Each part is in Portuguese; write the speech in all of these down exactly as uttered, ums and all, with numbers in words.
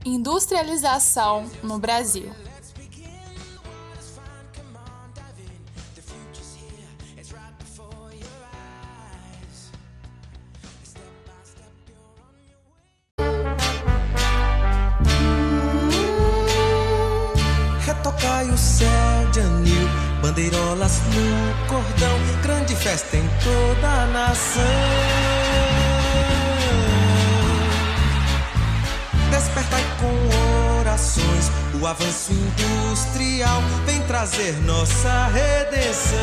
Industrialização no Brasil. Retocai o céu de anil, bandeirolas no cordão, grande festa em toda a nação. Despertai com orações, o avanço industrial vem trazer nossa redenção.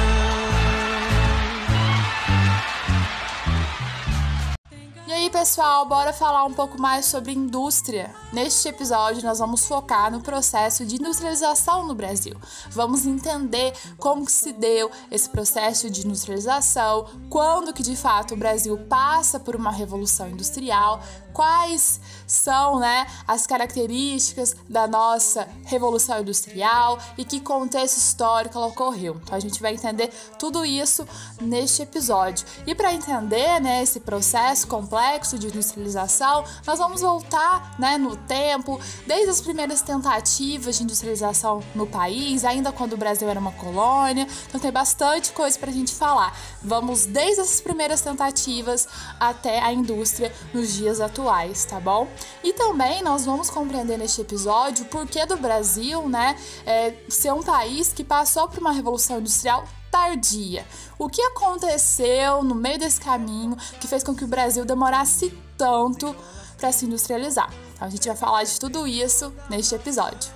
E aí, pessoal, bora falar um pouco mais sobre indústria. Neste episódio, nós vamos focar no processo de industrialização no Brasil. Vamos entender como que se deu esse processo de industrialização, quando que, de fato, o Brasil passa por uma revolução industrial, quais são, né, as características da nossa revolução industrial e que contexto histórico ela ocorreu. Então, a gente vai entender tudo isso neste episódio. E para entender, né, esse processo complexo de industrialização, nós vamos voltar, né, no tempo, desde as primeiras tentativas de industrialização no país, ainda quando o Brasil era uma colônia. Então tem bastante coisa pra gente falar. Vamos desde essas primeiras tentativas até a indústria nos dias atuais, tá bom? E também nós vamos compreender neste episódio o porquê do Brasil, né, é, ser um país que passou por uma revolução industrial tardia. O que aconteceu no meio desse caminho que fez com que o Brasil demorasse tanto para se industrializar? Então a gente vai falar de tudo isso neste episódio.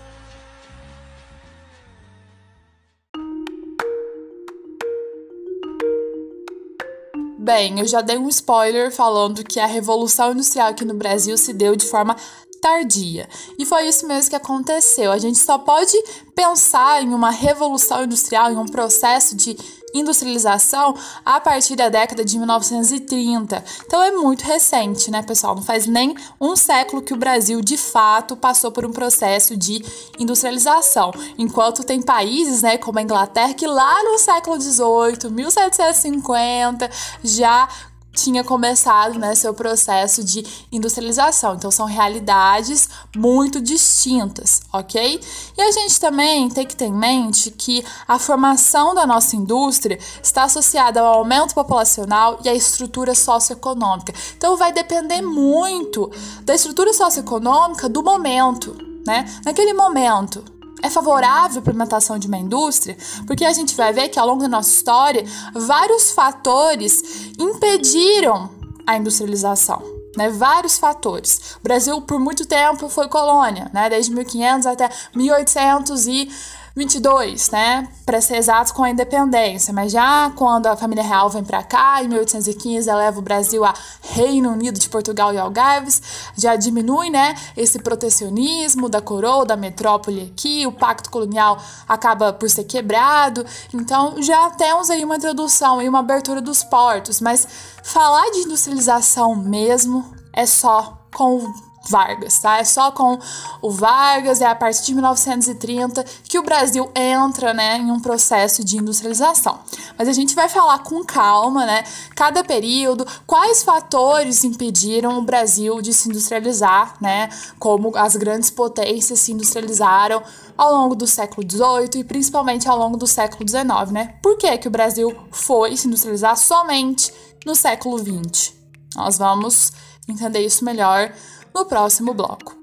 Bem, eu já dei um spoiler falando que a Revolução Industrial aqui no Brasil se deu de forma tardia. E foi isso mesmo que aconteceu. A gente só pode pensar em uma revolução industrial, em um processo de industrialização a partir da década de mil novecentos e trinta. Então é muito recente, né, pessoal? Não faz nem um século que o Brasil, de fato, passou por um processo de industrialização. Enquanto tem países, né, como a Inglaterra, que lá no século dezoito, mil setecentos e cinquenta, já tinha começado, né, seu processo de industrialização. Então, são realidades muito distintas, ok? E a gente também tem que ter em mente que a formação da nossa indústria está associada ao aumento populacional e à estrutura socioeconômica. Então, vai depender muito da estrutura socioeconômica do momento, né? Naquele momento, é favorável para a implementação de uma indústria, porque a gente vai ver que ao longo da nossa história, vários fatores impediram a industrialização, né? Vários fatores. O Brasil, por muito tempo, foi colônia, né? Desde mil e quinhentos até mil oitocentos e vinte e dois, né? Para ser exato, com a independência. Mas já quando a família real vem para cá, em mil oitocentos e quinze, leva o Brasil a Reino Unido de Portugal e Algarves, já diminui, né, esse protecionismo da coroa, da metrópole aqui, o pacto colonial acaba por ser quebrado. Então já temos aí uma introdução e uma abertura dos portos, mas falar de industrialização mesmo é só com o Vargas, tá? É só com o Vargas, é a partir de mil novecentos e trinta que o Brasil entra, né, em um processo de industrialização. Mas a gente vai falar com calma, né, cada período, quais fatores impediram o Brasil de se industrializar, né, como as grandes potências se industrializaram ao longo do século dezoito e principalmente ao longo do século dezenove, né? Por que que o Brasil foi se industrializar somente no século vinte? Nós vamos entender isso melhor no próximo bloco.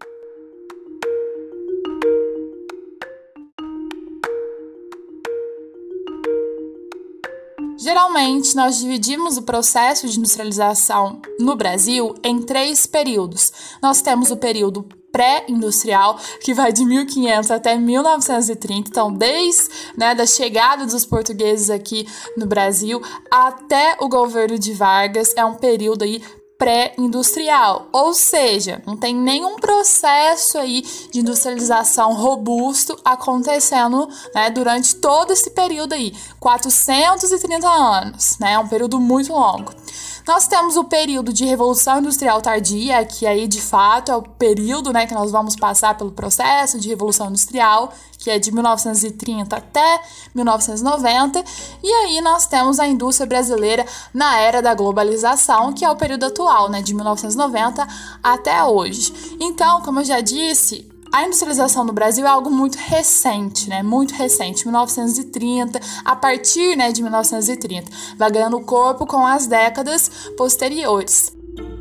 Geralmente, nós dividimos o processo de industrialização no Brasil em três períodos. Nós temos o período pré-industrial, que vai de mil e quinhentos até mil novecentos e trinta, então desde, né, da chegada dos portugueses aqui no Brasil até o governo de Vargas, é um período aí pré-industrial, ou seja, não tem nenhum processo aí de industrialização robusto acontecendo, né, durante todo esse período aí, quatrocentos e trinta anos, né, é um período muito longo. Nós temos o período de Revolução Industrial Tardia, que aí de fato é o período, né, que nós vamos passar pelo processo de Revolução Industrial, que é de mil novecentos e trinta até mil novecentos e noventa, e aí nós temos a indústria brasileira na era da globalização, que é o período atual, né, de mil novecentos e noventa até hoje. Então, como eu já disse, a industrialização no Brasil é algo muito recente, né? Muito recente, mil novecentos e trinta, a partir, né, de mil novecentos e trinta. Vai ganhando corpo com as décadas posteriores.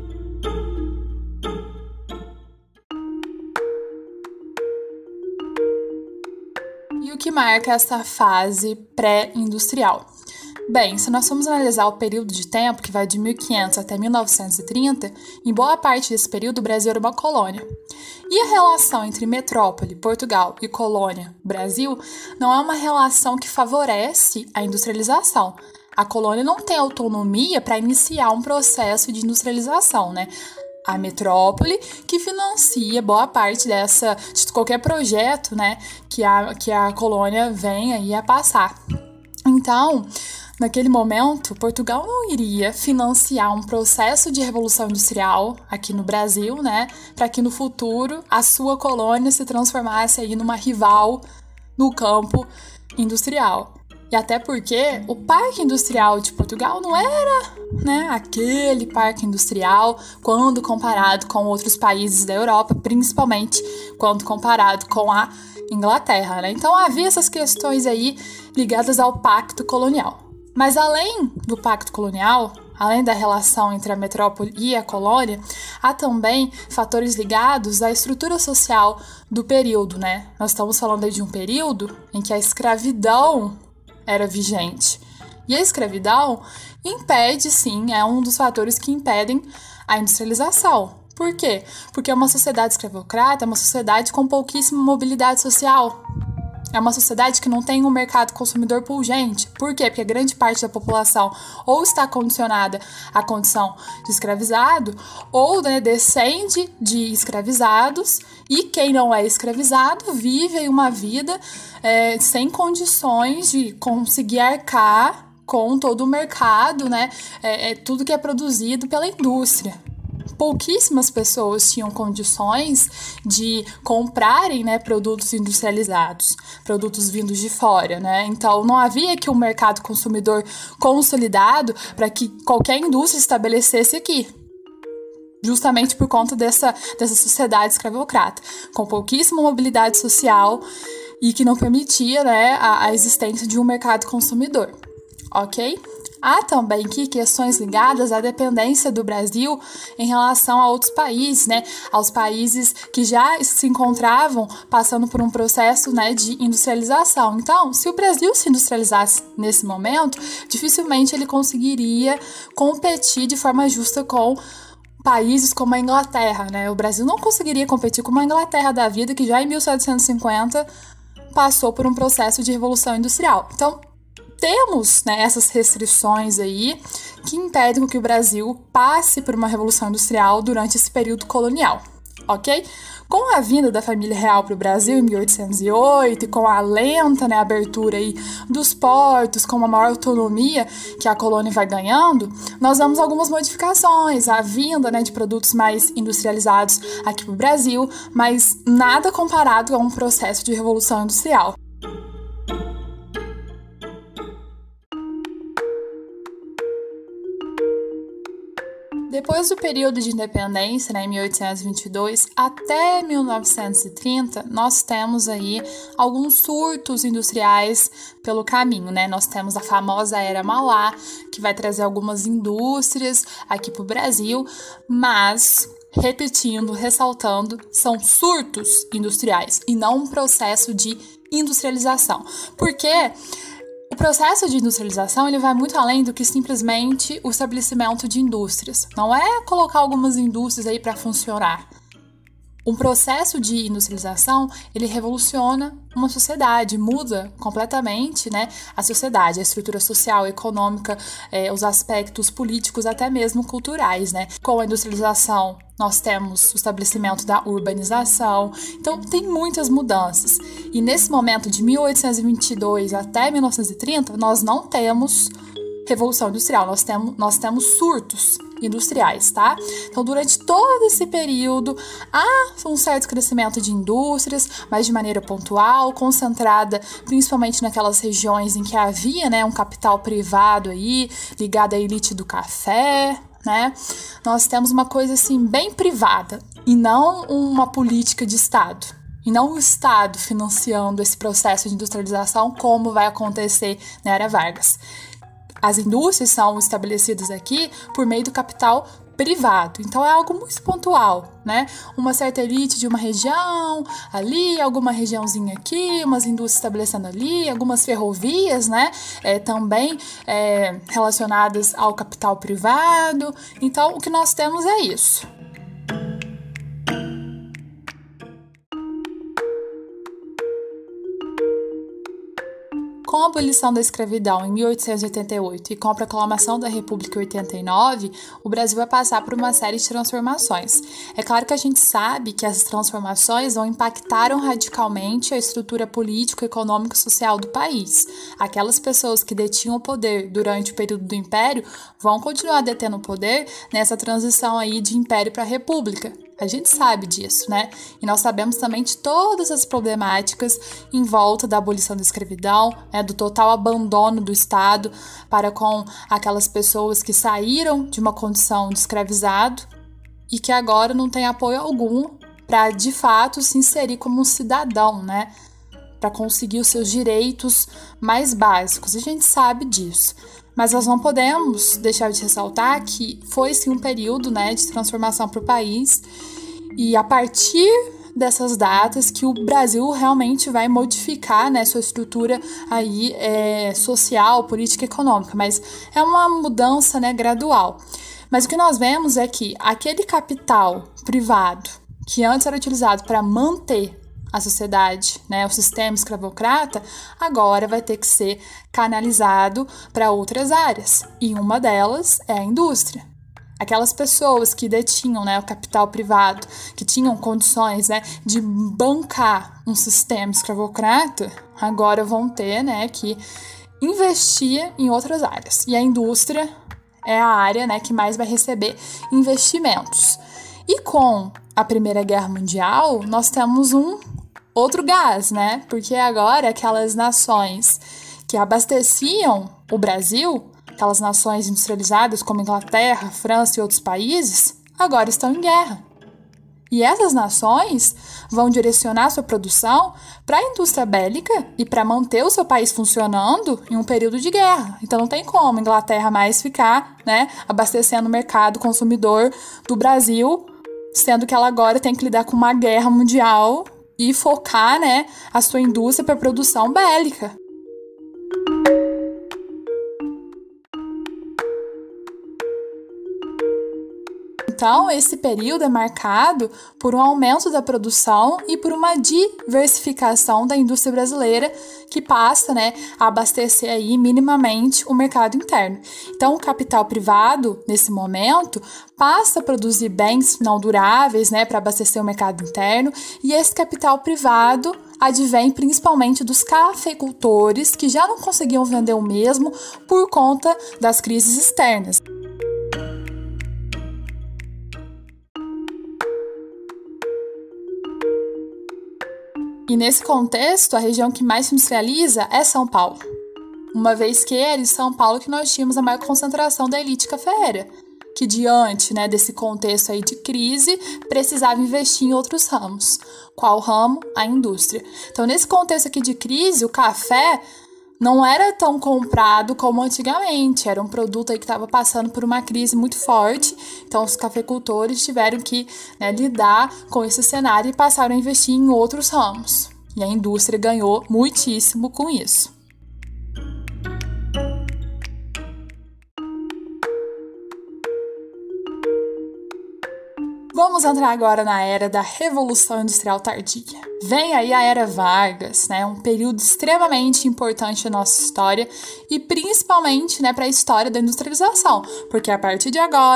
E o que marca essa fase pré-industrial? Bem, se nós formos analisar o período de tempo, que vai de mil e quinhentos até mil novecentos e trinta, em boa parte desse período o Brasil era uma colônia. E a relação entre metrópole, Portugal, e colônia, Brasil, não é uma relação que favorece a industrialização. A colônia não tem autonomia para iniciar um processo de industrialização, né? A metrópole que financia boa parte dessa, de qualquer projeto, né, que a, que a colônia venha aí a passar. Então, naquele momento, Portugal não iria financiar um processo de revolução industrial aqui no Brasil, né, para que no futuro a sua colônia se transformasse aí numa rival no campo industrial. E até porque o parque industrial de Portugal não era, né, aquele parque industrial quando comparado com outros países da Europa, principalmente quando comparado com a Inglaterra, né? Então havia essas questões aí ligadas ao pacto colonial. Mas além do pacto colonial, além da relação entre a metrópole e a colônia, há também fatores ligados à estrutura social do período, né? Nós estamos falando aí de um período em que a escravidão era vigente. E a escravidão impede, sim, é um dos fatores que impedem a industrialização. Por quê? Porque é uma sociedade escravocrata, é uma sociedade com pouquíssima mobilidade social. É uma sociedade que não tem um mercado consumidor pujante. Por quê? Porque grande parte da população ou está condicionada à condição de escravizado ou, né, descende de escravizados, e quem não é escravizado vive aí uma vida é, sem condições de conseguir arcar com todo o mercado, né, é, é, tudo que é produzido pela indústria. Pouquíssimas pessoas tinham condições de comprarem, né, produtos industrializados, produtos vindos de fora, né? Então, não havia aqui um mercado consumidor consolidado para que qualquer indústria estabelecesse aqui, justamente por conta dessa, dessa sociedade escravocrata, com pouquíssima mobilidade social e que não permitia, né, a, a existência de um mercado consumidor, ok? Há também aqui questões ligadas à dependência do Brasil em relação a outros países, né? Aos países que já se encontravam passando por um processo, né, de industrialização. Então, se o Brasil se industrializasse nesse momento, dificilmente ele conseguiria competir de forma justa com países como a Inglaterra, né? O Brasil não conseguiria competir com a Inglaterra da vida, que já em mil setecentos e cinquenta passou por um processo de revolução industrial. Então, temos, né, essas restrições aí que impedem que o Brasil passe por uma revolução industrial durante esse período colonial, ok? Com a vinda da família real para o Brasil em mil oitocentos e oito e com a lenta, né, abertura aí dos portos, com uma maior autonomia que a colônia vai ganhando, nós vemos algumas modificações, a vinda, né, de produtos mais industrializados aqui para o Brasil, mas nada comparado a um processo de revolução industrial. Depois do período de independência, né, em mil oitocentos e vinte e dois até mil novecentos e trinta, nós temos aí alguns surtos industriais pelo caminho, né? Nós temos a famosa Era Mauá, que vai trazer algumas indústrias aqui para o Brasil, mas, repetindo, ressaltando, são surtos industriais e não um processo de industrialização. Porque o processo de industrialização ele vai muito além do que simplesmente o estabelecimento de indústrias. Não é colocar algumas indústrias aí para funcionar. Um processo de industrialização, ele revoluciona uma sociedade, muda completamente, né, a sociedade, a estrutura social, econômica, eh, os aspectos políticos, até mesmo culturais, né? Com a industrialização, nós temos o estabelecimento da urbanização, então tem muitas mudanças. E nesse momento de mil oitocentos e vinte e dois até mil novecentos e trinta, nós não temos revolução industrial, nós temos, nós temos surtos. industriais, tá? Então, durante todo esse período, há um certo crescimento de indústrias, mas de maneira pontual, concentrada principalmente naquelas regiões em que havia, né, um capital privado aí, ligado à elite do café, né? Nós temos uma coisa assim bem privada e não uma política de Estado. E não o Estado financiando esse processo de industrialização, como vai acontecer na Era Vargas. As indústrias são estabelecidas aqui por meio do capital privado. Então, é algo muito pontual, né? Uma certa elite de uma região, ali, alguma regiãozinha aqui, umas indústrias estabelecendo ali, algumas ferrovias, né? É, também é, relacionadas ao capital privado. Então, o que nós temos é isso. Com a abolição da escravidão em mil oitocentos e oitenta e oito e com a proclamação da República em oitenta e nove, o Brasil vai passar por uma série de transformações. É claro que a gente sabe que essas transformações não impactaram radicalmente a estrutura político, econômico e social do país. Aquelas pessoas que detinham o poder durante o período do Império vão continuar detendo o poder nessa transição aí de Império para República. A gente sabe disso, né? E nós sabemos também de todas as problemáticas em volta da abolição da escravidão, né? Do total abandono do Estado para com aquelas pessoas que saíram de uma condição de escravizado e que agora não têm apoio algum para, de fato, se inserir como um cidadão, né? Para conseguir os seus direitos mais básicos. A gente sabe disso. Mas nós não podemos deixar de ressaltar que foi sim um período, né, de transformação para o país e a partir dessas datas que o Brasil realmente vai modificar, né, sua estrutura aí, é, social, política e econômica, mas é uma mudança, né, gradual. Mas o que nós vemos é que aquele capital privado que antes era utilizado para manter a sociedade, né, o sistema escravocrata, agora vai ter que ser canalizado para outras áreas. E uma delas é a indústria. Aquelas pessoas que detinham, né, o capital privado, que tinham condições, né, de bancar um sistema escravocrata, agora vão ter, né, que investir em outras áreas. E a indústria é a área, né, que mais vai receber investimentos. E com a Primeira Guerra Mundial, nós temos um outro gás, né? Porque agora aquelas nações que abasteciam o Brasil, aquelas nações industrializadas como Inglaterra, França e outros países, agora estão em guerra. E essas nações vão direcionar sua produção para a indústria bélica e para manter o seu país funcionando em um período de guerra. Então não tem como a Inglaterra mais ficar, né, abastecendo o mercado consumidor do Brasil, sendo que ela agora tem que lidar com uma guerra mundial e focar, né, a sua indústria para produção bélica. Então, esse período é marcado por um aumento da produção e por uma diversificação da indústria brasileira que passa, né, a abastecer aí minimamente o mercado interno. Então, o capital privado, nesse momento, passa a produzir bens não duráveis, né, para abastecer o mercado interno, e esse capital privado advém principalmente dos cafeicultores que já não conseguiam vender o mesmo por conta das crises externas. E nesse contexto, a região que mais se industrializa é São Paulo, uma vez que era em São Paulo que nós tínhamos a maior concentração da elite cafeeira, que diante, né, desse contexto aí de crise, precisava investir em outros ramos. Qual ramo? A indústria. Então, nesse contexto aqui de crise, o café não era tão comprado como antigamente, era um produto aí que estava passando por uma crise muito forte, então os cafeicultores tiveram que, né, lidar com esse cenário e passaram a investir em outros ramos. E a indústria ganhou muitíssimo com isso. Vamos entrar agora na era da Revolução Industrial Tardia. Vem aí a Era Vargas, né, um período extremamente importante na nossa história e principalmente, né, para a história da industrialização, porque a partir de agora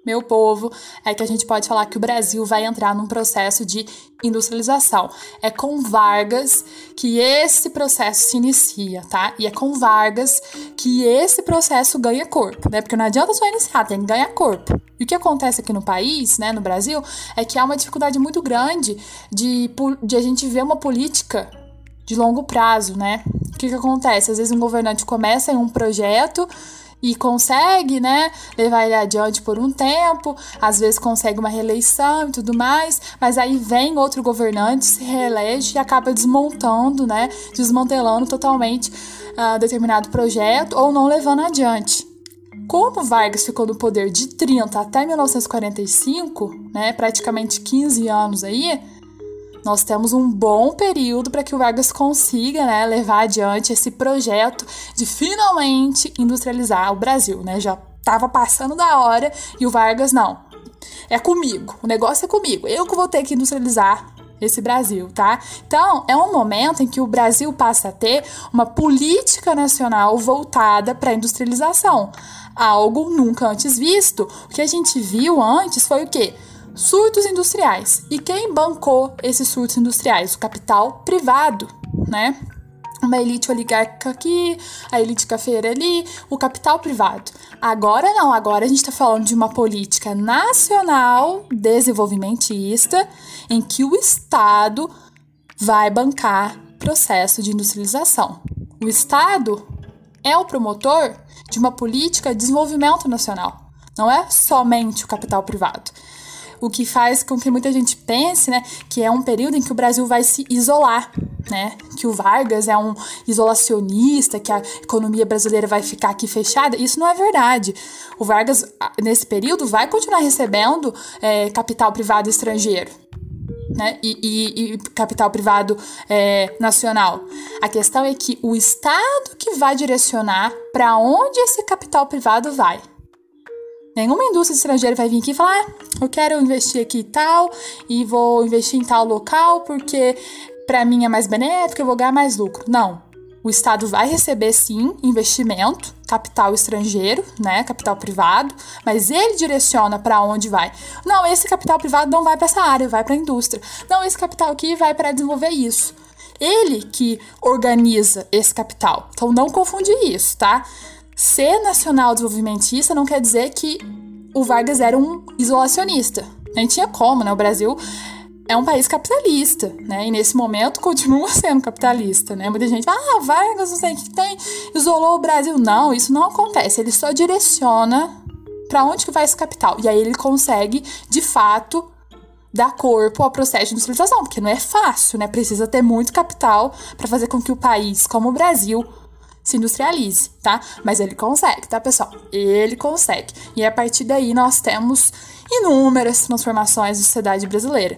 meu povo, é que a gente pode falar que o Brasil vai entrar num processo de industrialização. É com Vargas que esse processo se inicia, tá? E é com Vargas que esse processo ganha corpo, né? Porque não adianta só iniciar, tem que ganhar corpo. E o que acontece aqui no país, né, no Brasil, é que há uma dificuldade muito grande de, de a gente ver uma política de longo prazo, né? O que que acontece? Às vezes um governante começa em um projeto e consegue, né, levar ele adiante por um tempo, às vezes consegue uma reeleição e tudo mais, mas aí vem outro governante, se reelege e acaba desmontando, né, desmantelando totalmente uh, determinado projeto ou não levando adiante. Como Vargas ficou no poder de trinta até mil novecentos e quarenta e cinco, né, praticamente quinze anos aí, nós temos um bom período para que o Vargas consiga, né, levar adiante esse projeto de finalmente industrializar o Brasil, né? Já estava passando da hora e o Vargas, não, é comigo, o negócio é comigo, eu que vou ter que industrializar esse Brasil, tá? Então, é um momento em que o Brasil passa a ter uma política nacional voltada para a industrialização, algo nunca antes visto. O que a gente viu antes foi o quê? Surtos industriais. E quem bancou esses surtos industriais? O capital privado, né? Uma elite oligárquica aqui, a elite cafeira ali, o capital privado. Agora não, agora a gente está falando de uma política nacional desenvolvimentista em que o Estado vai bancar processo de industrialização. O Estado é o promotor de uma política de desenvolvimento nacional, não é somente o capital privado. O que faz com que muita gente pense, né, que é um período em que o Brasil vai se isolar, né, que o Vargas é um isolacionista, que a economia brasileira vai ficar aqui fechada. Isso não é verdade. O Vargas, nesse período, vai continuar recebendo é, capital privado estrangeiro, né, e, e, e capital privado é, nacional. A questão é que o Estado que vai direcionar para onde esse capital privado vai. Nenhuma indústria estrangeira vai vir aqui e falar, ah, eu quero investir aqui e tal, e vou investir em tal local porque para mim é mais benéfico, eu vou ganhar mais lucro. Não. O Estado vai receber, sim, investimento, capital estrangeiro, né, capital privado, mas ele direciona para onde vai. Não, esse capital privado não vai para essa área, vai para a indústria. Não, esse capital aqui vai para desenvolver isso. Ele que organiza esse capital. Então, não confundir isso, tá? Ser nacional desenvolvimentista não quer dizer que o Vargas era um isolacionista. Nem tinha como, né? O Brasil é um país capitalista, né? E nesse momento continua sendo capitalista, né? Muita gente fala, ah, Vargas não sei o que tem, isolou o Brasil. Não, isso não acontece. Ele só direciona para onde que vai esse capital. E aí ele consegue, de fato, dar corpo ao processo de industrialização, porque não é fácil, né? Precisa ter muito capital para fazer com que o país, como o Brasil, se industrialize, tá? Mas ele consegue, tá, pessoal? Ele consegue. E a partir daí nós temos inúmeras transformações da sociedade brasileira.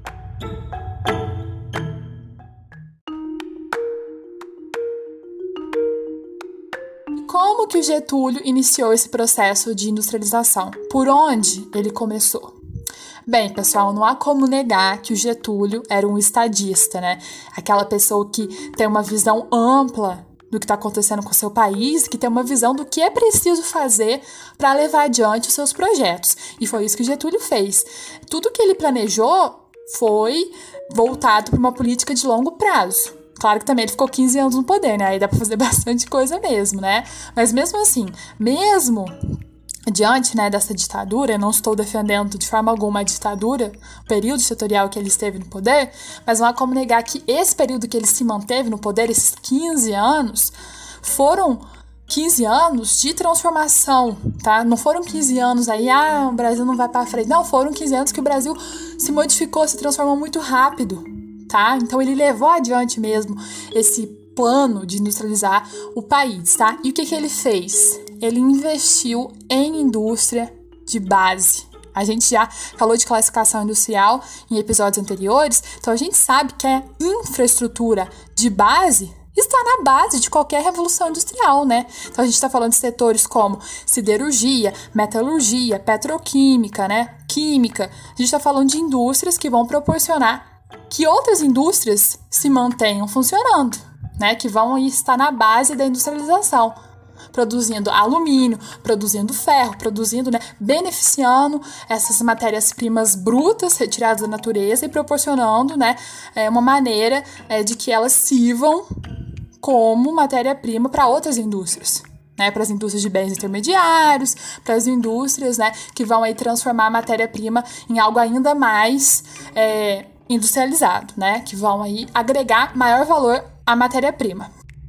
Como que o Getúlio iniciou esse processo de industrialização? Por onde ele começou? Bem, pessoal, não há como negar que o Getúlio era um estadista, né? Aquela pessoa que tem uma visão ampla do que está acontecendo com o seu país, que tem uma visão do que é preciso fazer para levar adiante os seus projetos. E foi isso que o Getúlio fez. Tudo que ele planejou foi voltado para uma política de longo prazo. Claro que também ele ficou quinze anos no poder, né? Aí dá para fazer bastante coisa mesmo, né? Mas mesmo assim, mesmo diante, né, dessa ditadura, eu não estou defendendo de forma alguma a ditadura, o período ditatorial que ele esteve no poder, mas não há como negar que esse período que ele se manteve no poder, esses quinze anos, foram quinze anos de transformação, tá? Não foram quinze anos aí, ah, o Brasil não vai para frente. Não, foram quinze anos que o Brasil se modificou, se transformou muito rápido, tá? Então ele levou adiante mesmo esse plano de industrializar o país, tá? E o que que ele fez? Ele investiu em indústria de base. A gente já falou de classificação industrial em episódios anteriores, então a gente sabe que a infraestrutura de base está na base de qualquer revolução industrial, né? Então a gente está falando de setores como siderurgia, metalurgia, petroquímica, né? Química. A gente está falando de indústrias que vão proporcionar que outras indústrias se mantenham funcionando, né? Que vão estar na base da industrialização. produzindo alumínio, produzindo ferro, produzindo, né, beneficiando essas matérias-primas brutas retiradas da natureza e proporcionando, né, é, uma maneira é, de que elas sirvam como matéria-prima para outras indústrias. Né, para as indústrias de bens intermediários, para as indústrias, né, que vão aí transformar a matéria-prima em algo ainda mais é, industrializado, né, que vão aí agregar maior valor à matéria-prima.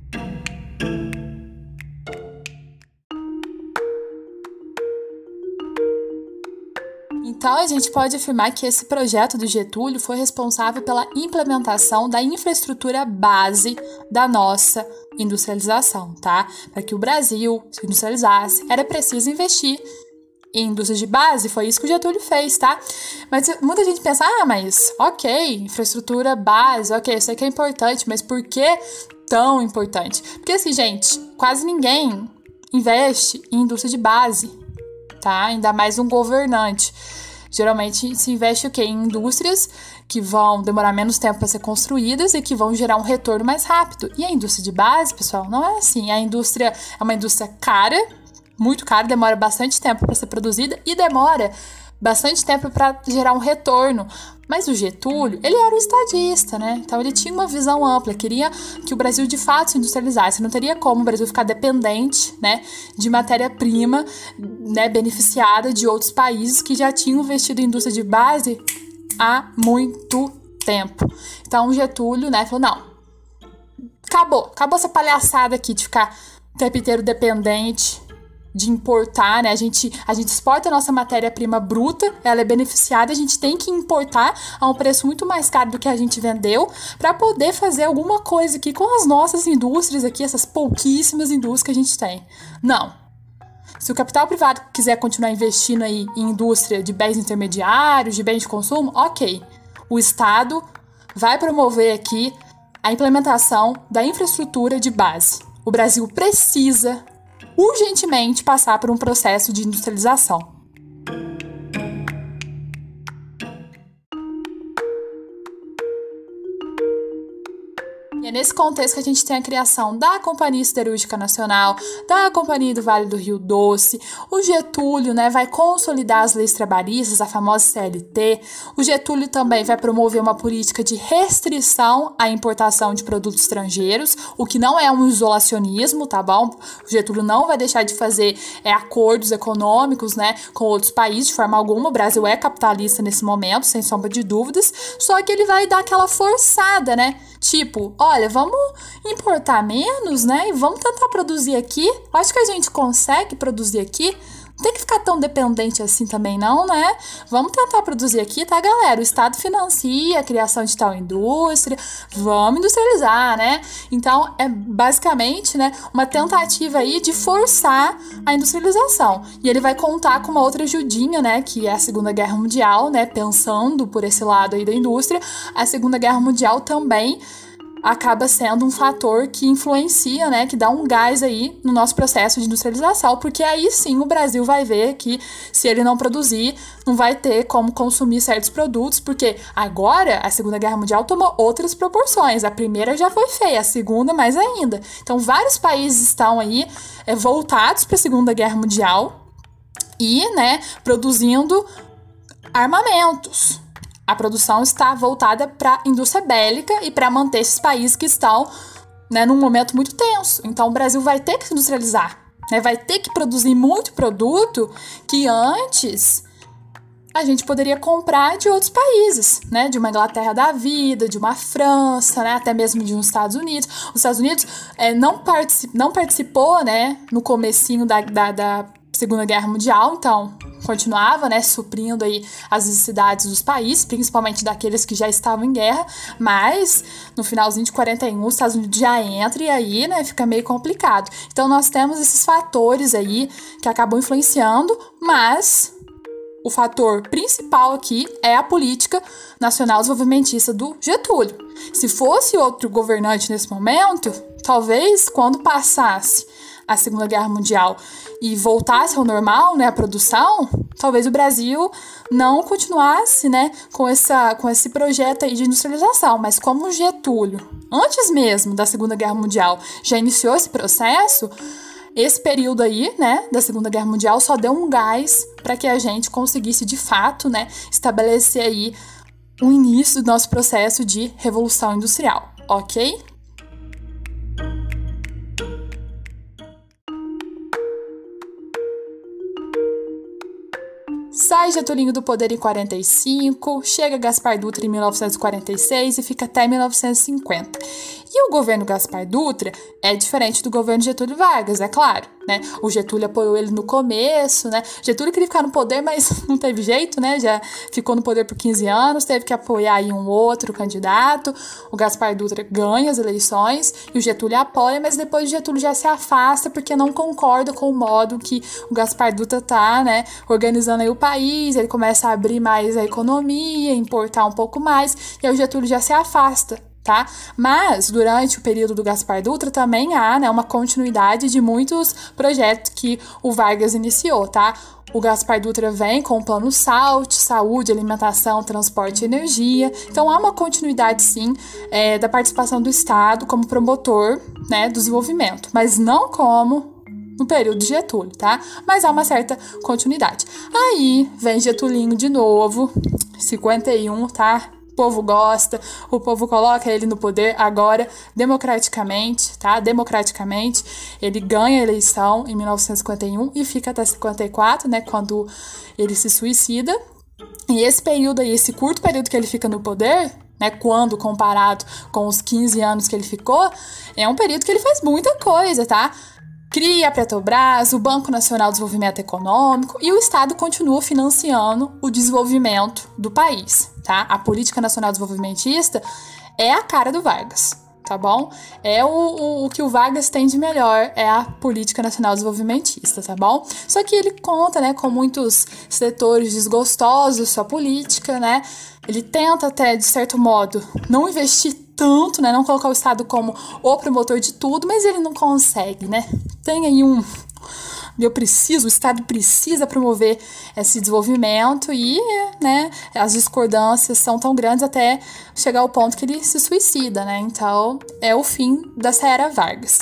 Então, a gente pode afirmar que esse projeto do Getúlio foi responsável pela implementação da infraestrutura base da nossa industrialização, tá? Para que o Brasil se industrializasse, era preciso investir em indústrias de base, foi isso que o Getúlio fez, tá? Mas muita gente pensa, ah, mas ok, infraestrutura base, ok, eu sei que é importante, mas por que tão importante? Porque assim, gente, quase ninguém investe em indústria de base, tá? Ainda mais um governante. Geralmente se investe o quê? Em indústrias que vão demorar menos tempo para ser construídas e que vão gerar um retorno mais rápido. E a indústria de base, pessoal, não é assim. A indústria é uma indústria cara, muito cara, demora bastante tempo para ser produzida e demora bastante tempo para gerar um retorno. Mas o Getúlio, ele era um estadista, né? Então ele tinha uma visão ampla, queria que o Brasil de fato se industrializasse. Não teria como o Brasil ficar dependente, né, de matéria-prima, né, beneficiada de outros países que já tinham investido em indústria de base há muito tempo. Então o Getúlio, né, falou, não, acabou, acabou essa palhaçada aqui de ficar o tempo inteiro dependente de importar, né? A gente, a gente exporta a nossa matéria-prima bruta, ela é beneficiada, a gente tem que importar a um preço muito mais caro do que a gente vendeu para poder fazer alguma coisa aqui com as nossas indústrias aqui, essas pouquíssimas indústrias que a gente tem. Não. Se o capital privado quiser continuar investindo aí em indústria de bens intermediários, de bens de consumo, ok. O Estado vai promover aqui a implementação da infraestrutura de base. O Brasil precisa urgentemente passar por um processo de industrialização. E é nesse contexto que a gente tem a criação da Companhia Siderúrgica Nacional, da Companhia do Vale do Rio Doce. O Getúlio, né, vai consolidar as leis trabalhistas, a famosa C L T. O Getúlio também vai promover uma política de restrição à importação de produtos estrangeiros, o que não é um isolacionismo, tá bom? O Getúlio não vai deixar de fazer é, acordos econômicos, né, com outros países de forma alguma. O Brasil é capitalista nesse momento, sem sombra de dúvidas, só que ele vai dar aquela forçada, né? Tipo, olha, vamos importar menos, né? E vamos tentar produzir aqui. Acho que a gente consegue produzir aqui. Não tem que ficar tão dependente assim também não, né? Vamos tentar produzir aqui, tá, galera? O Estado financia a criação de tal indústria. Vamos industrializar, né? Então, é basicamente, né, uma tentativa aí de forçar a industrialização. E ele vai contar com uma outra ajudinha, né, que é a Segunda Guerra Mundial, né? Pensando por esse lado aí da indústria, a Segunda Guerra Mundial também acaba sendo um fator que influencia, né, que dá um gás aí no nosso processo de industrialização, porque aí sim o Brasil vai ver que se ele não produzir, não vai ter como consumir certos produtos, porque agora a Segunda Guerra Mundial tomou outras proporções. A primeira já foi feia, a segunda mais ainda. Então vários países estão aí é, voltados para a Segunda Guerra Mundial e, né, produzindo armamentos. A produção está voltada para a indústria bélica e para manter esses países que estão, né, num momento muito tenso. Então, o Brasil vai ter que se industrializar, né, vai ter que produzir muito produto que antes a gente poderia comprar de outros países, né, de uma Inglaterra da vida, de uma França, né, até mesmo de uns Estados Unidos. Os Estados Unidos é, não, particip, não participou, né, no comecinho da, da, da Segunda Guerra Mundial, então continuava, né, suprindo aí as necessidades dos países, principalmente daqueles que já estavam em guerra, mas no finalzinho de quarenta e um os Estados Unidos já entra e aí, né, fica meio complicado. Então nós temos esses fatores aí que acabam influenciando, mas o fator principal aqui é a política nacional desenvolvimentista do Getúlio. Se fosse outro governante nesse momento, talvez quando passasse a Segunda Guerra Mundial e voltasse ao normal, né, a produção, talvez o Brasil não continuasse, né, com, essa, com esse projeto aí de industrialização. Mas como o Getúlio, antes mesmo da Segunda Guerra Mundial, já iniciou esse processo, esse período aí, né, da Segunda Guerra Mundial só deu um gás para que a gente conseguisse, de fato, né, estabelecer aí o início do nosso processo de Revolução Industrial, ok? Sai Getúlio do poder em quarenta e cinco, chega Gaspar Dutra em mil novecentos e quarenta e seis e fica até mil novecentos e cinquenta. E o governo Gaspar Dutra é diferente do governo Getúlio Vargas, é claro, né? O Getúlio apoiou ele no começo, né? Getúlio queria ficar no poder, mas não teve jeito, né? Já ficou no poder por quinze anos, teve que apoiar aí um outro candidato. O Gaspar Dutra ganha as eleições e o Getúlio apoia, mas depois o Getúlio já se afasta porque não concorda com o modo que o Gaspar Dutra tá, né, organizando aí o país. Ele começa a abrir mais a economia, importar um pouco mais, e aí o Getúlio já se afasta. Tá? Mas, durante o período do Gaspar Dutra, também há, né, uma continuidade de muitos projetos que o Vargas iniciou, tá? O Gaspar Dutra vem com o plano SALT, saúde, alimentação, transporte e energia. Então, há uma continuidade, sim, é, da participação do Estado como promotor, né, do desenvolvimento, mas não como no período de Getúlio, tá? Mas há uma certa continuidade. Aí, vem Getulinho de novo, cinquenta e um, tá? O povo gosta, o povo coloca ele no poder agora democraticamente, tá? Democraticamente, ele ganha a eleição em mil novecentos e cinquenta e um e fica até cinquenta e quatro, né? Quando ele se suicida. E esse período aí, esse curto período que ele fica no poder, né? Quando comparado com os quinze anos que ele ficou, é um período que ele faz muita coisa, tá? Cria a Petrobras, o Banco Nacional de Desenvolvimento Econômico e o Estado continua financiando o desenvolvimento do país, tá? A Política Nacional Desenvolvimentista é a cara do Vargas, tá bom? É o, o, o que o Vargas tem de melhor, é a Política Nacional Desenvolvimentista, tá bom? Só que ele conta, né, com muitos setores desgostosos da sua política, né? Ele tenta até, de certo modo, não investir tanto, né, não colocar o Estado como o promotor de tudo, mas ele não consegue, né? Tem aí um... Eu preciso, o Estado precisa promover esse desenvolvimento e, né, as discordâncias são tão grandes até chegar ao ponto que ele se suicida, né? Então, é o fim dessa era Vargas.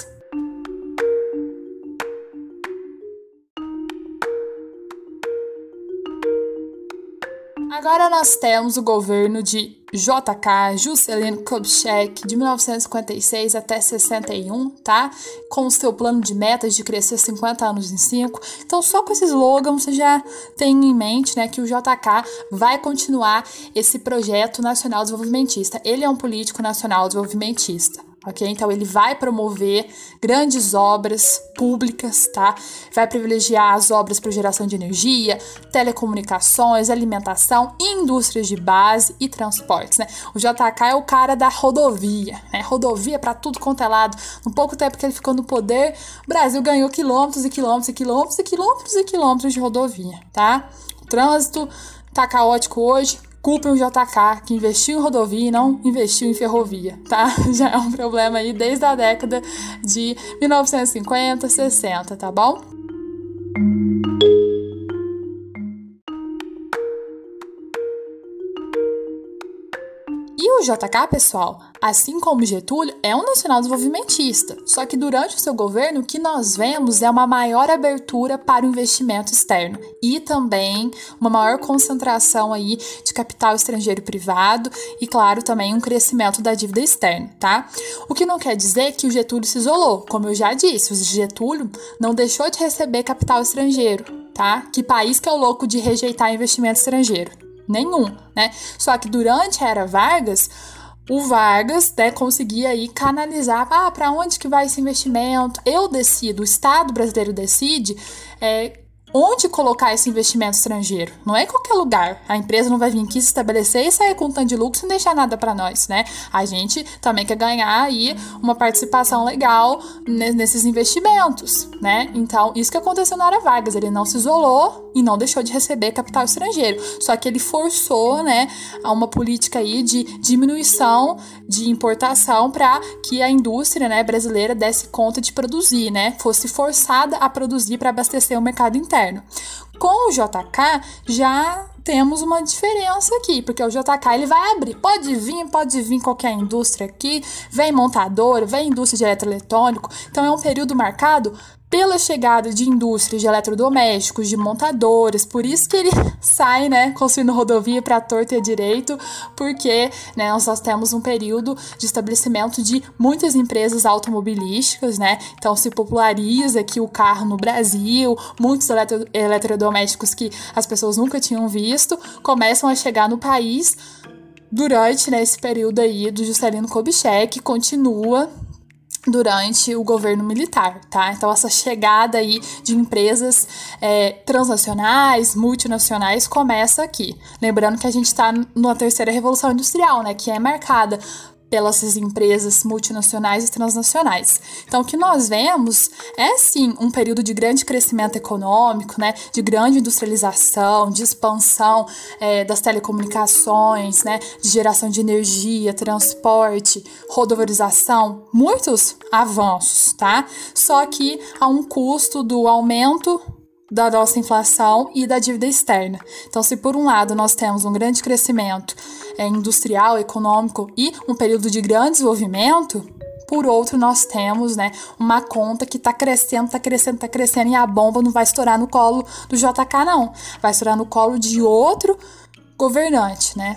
Agora nós temos o governo de J K, Juscelino Kubitschek, de mil novecentos e cinquenta e seis até sessenta e um, tá? Com o seu plano de metas de crescer cinquenta anos em cinco. Então, só com esse slogan você já tem em mente, né, que o J K vai continuar esse projeto nacional desenvolvimentista. Ele é um político nacional desenvolvimentista. Ok? Então, ele vai promover grandes obras públicas, tá? Vai privilegiar as obras para geração de energia, telecomunicações, alimentação, indústrias de base e transportes, né? O J K é o cara da rodovia, né? Rodovia para tudo quanto é lado. No pouco tempo que ele ficou no poder, o Brasil ganhou quilômetros e quilômetros e quilômetros e quilômetros e quilômetros de rodovia, tá? O trânsito tá caótico hoje. Culpem o J K, que investiu em rodovia e não investiu em ferrovia, tá? Já é um problema aí desde a década de mil novecentos e cinquenta, sessenta, tá bom? E o J K, pessoal, assim como Getúlio, é um nacional desenvolvimentista. Só que durante o seu governo, o que nós vemos é uma maior abertura para o investimento externo e também uma maior concentração aí de capital estrangeiro privado e, claro, também um crescimento da dívida externa, tá? O que não quer dizer que o Getúlio se isolou. Como eu já disse, o Getúlio não deixou de receber capital estrangeiro, tá? Que país que é o louco de rejeitar investimento estrangeiro? Nenhum, né? Só que durante a era Vargas, o Vargas, né, conseguia aí canalizar, ah, para onde que vai esse investimento? Eu decido, o Estado brasileiro decide é, onde colocar esse investimento estrangeiro. Não é em qualquer lugar. A empresa não vai vir aqui se estabelecer e sair com um tanto de lucro sem deixar nada para nós, né? A gente também quer ganhar aí uma participação legal nesses investimentos, né? Então, isso que aconteceu na era Vargas. Ele não se isolou e não deixou de receber capital estrangeiro. Só que ele forçou, né, a uma política aí de diminuição de importação para que a indústria, né, brasileira desse conta de produzir, né? Fosse forçada a produzir para abastecer o mercado interno. Com o J K, já temos uma diferença aqui, porque o J K ele vai abrir, pode vir, pode vir qualquer indústria aqui, vem montadora, vem indústria de eletroeletrônico, então é um período marcado pela chegada de indústrias de eletrodomésticos, de montadoras, por isso que ele sai, né, construindo rodovia para torto e a direito, porque, né, nós, nós temos um período de estabelecimento de muitas empresas automobilísticas, né, então se populariza aqui o carro no Brasil, muitos eletro, eletrodomésticos que as pessoas nunca tinham visto, começam a chegar no país durante, né, esse período aí do Juscelino Kubitschek, continua durante o governo militar, tá? Então, essa chegada aí de empresas é, transnacionais, multinacionais, começa aqui. Lembrando que a gente está numa terceira revolução industrial, né? Que é marcada pelas empresas multinacionais e transnacionais. Então, o que nós vemos é, sim, um período de grande crescimento econômico, né, de grande industrialização, de expansão é, das telecomunicações, né, de geração de energia, transporte, rodoviarização, muitos avanços, tá? Só que a um custo do aumento da nossa inflação e da dívida externa. Então, se por um lado nós temos um grande crescimento é, industrial, econômico e um período de grande desenvolvimento, por outro nós temos, né, uma conta que está crescendo, está crescendo, está crescendo e a bomba não vai estourar no colo do J K, não. Vai estourar no colo de outro governante, né?